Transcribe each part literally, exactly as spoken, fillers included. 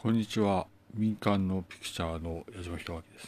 こんにちは。民間のピクチャーの矢島弘明です。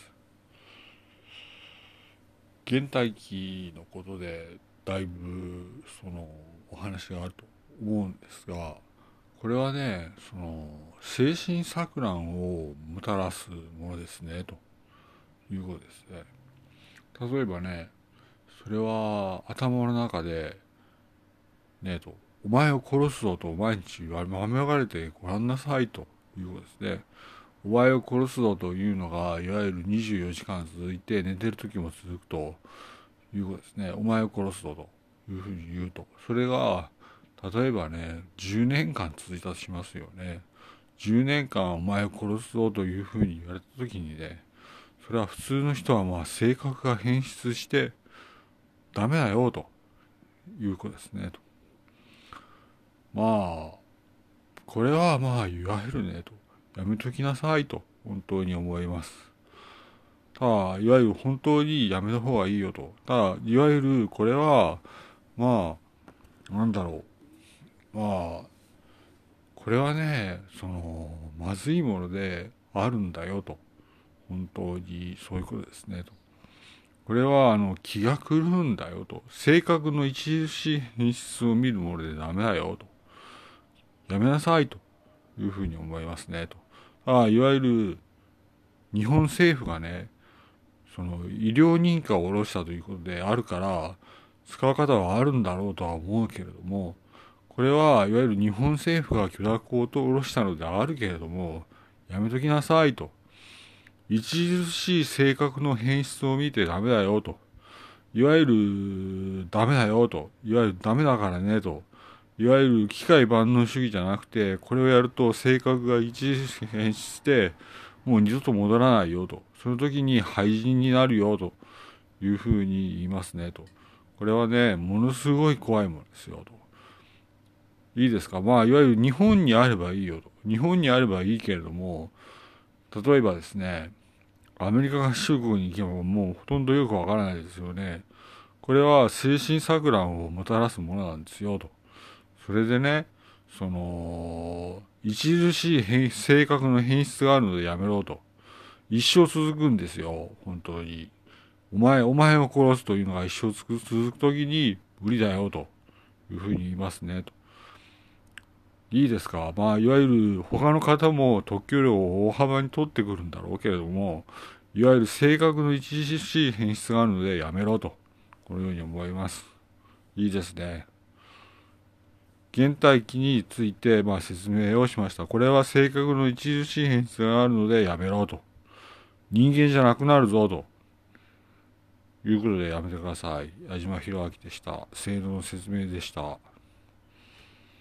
現代記のことでだいぶそのお話があると思うんですが、これはね、その精神錯乱をもたらすものですねということですね。例えばね、それは頭の中でねと、お前を殺すぞと毎日まめがれてごらんなさいということですね。お前を殺すぞというのがいわゆるにじゅうよじかん続いて寝てる時も続くということですね。お前を殺すぞというふうに言うと、それが例えばねじゅうねんかん続いたとしますよね。じゅうねんかんお前を殺すぞというふうに言われた時にね、それは普通の人はまあ性格が変質してダメだよということですねと。まあこれはまあいわゆるねと、やめときなさいと本当に思います。ただいわゆる本当にやめた方がいいよと。ただいわゆるこれはまあなんだろう、まあこれはね、そのまずいものであるんだよと、本当にそういうことですねと。これはあの気が狂うんだよと、性格の著しい変質を見るものでダメだよと、やめなさいというふうに思いますねと。ああ、いわゆる日本政府がね、その医療認可を下ろしたということであるから使う方はあるんだろうとは思うけれども、これはいわゆる日本政府が許諾を下ろしたのであるけれども、やめときなさいと。著しい性格の変質を見てダメだよと。いわゆるダメだよと。いわゆるダメだからねと。いわゆる機械万能主義じゃなくて、これをやると性格が著しく変質して、もう二度と戻らないよと。その時に廃人になるよというふうに言いますねと。これはね、ものすごい怖いものですよと。いいですか。まあ、いわゆる日本にあればいいよと。日本にあればいいけれども、例えばですね、アメリカ合衆国に行けばもうほとんどよくわからないですよね。これは精神錯乱をもたらすものなんですよと。それでね、その、著しい性格の変質があるのでやめろと。一生続くんですよ、本当に。お前、お前を殺すというのが一生続くときに無理だよというふうに言いますねと。いいですか。まあ、いわゆる他の方も特許料を大幅に取ってくるんだろうけれども、いわゆる性格の著しい変質があるのでやめろと。このように思います。いいですね。現代記についてまあ説明をしました。これは性格の著しい変質があるのでやめろと。人間じゃなくなるぞということでやめてください。矢島弘明でした。制度の説明でした。